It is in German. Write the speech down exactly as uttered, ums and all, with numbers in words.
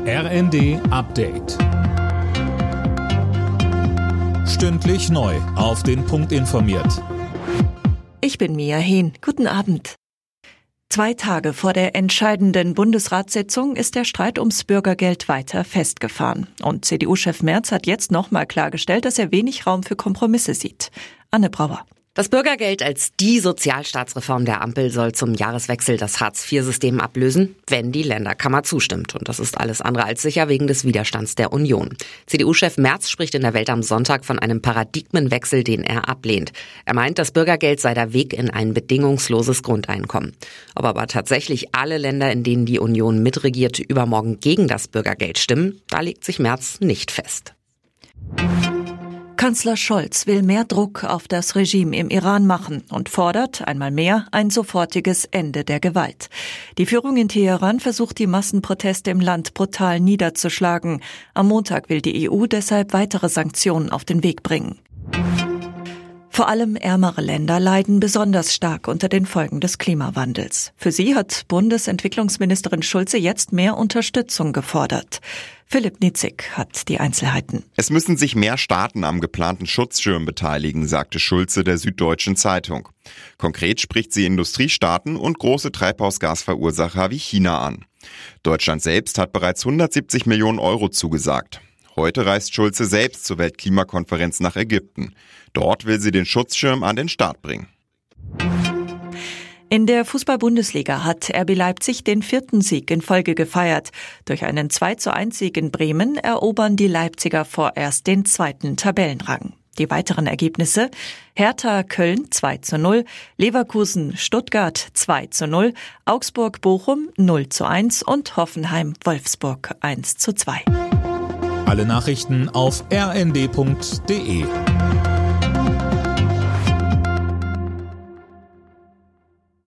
R N D Update. Stündlich neu auf den Punkt informiert. Ich bin Mia Hehn. Guten Abend. Zwei Tage vor der entscheidenden Bundesratssitzung ist der Streit ums Bürgergeld weiter festgefahren. Und C D U-Chef Merz hat jetzt nochmal klargestellt, dass er wenig Raum für Kompromisse sieht. Anne Brauer. Das Bürgergeld als die Sozialstaatsreform der Ampel soll zum Jahreswechsel das Hartz vier System ablösen, wenn die Länderkammer zustimmt. Und das ist alles andere als sicher wegen des Widerstands der Union. C D U-Chef Merz spricht in der Welt am Sonntag von einem Paradigmenwechsel, den er ablehnt. Er meint, das Bürgergeld sei der Weg in ein bedingungsloses Grundeinkommen. Ob aber tatsächlich alle Länder, in denen die Union mitregiert, übermorgen gegen das Bürgergeld stimmen, da legt sich Merz nicht fest. Kanzler Scholz will mehr Druck auf das Regime im Iran machen und fordert einmal mehr ein sofortiges Ende der Gewalt. Die Führung in Teheran versucht, die Massenproteste im Land brutal niederzuschlagen. Am Montag will die E U deshalb weitere Sanktionen auf den Weg bringen. Vor allem ärmere Länder leiden besonders stark unter den Folgen des Klimawandels. Für sie hat Bundesentwicklungsministerin Schulze jetzt mehr Unterstützung gefordert. Philipp Nitzig hat die Einzelheiten. Es müssen sich mehr Staaten am geplanten Schutzschirm beteiligen, sagte Schulze der Süddeutschen Zeitung. Konkret spricht sie Industriestaaten und große Treibhausgasverursacher wie China an. Deutschland selbst hat bereits hundertsiebzig Millionen Euro zugesagt. Heute reist Schulze selbst zur Weltklimakonferenz nach Ägypten. Dort will sie den Schutzschirm an den Start bringen. In der Fußball-Bundesliga hat R B Leipzig den vierten Sieg in Folge gefeiert. Durch einen zwei zu eins Sieg in Bremen erobern die Leipziger vorerst den zweiten Tabellenrang. Die weiteren Ergebnisse: Hertha Köln zwei zu null, Leverkusen Stuttgart zwei zu null, Augsburg Bochum null zu eins und Hoffenheim Wolfsburg eins zu zwei. Alle Nachrichten auf r n d punkt d e.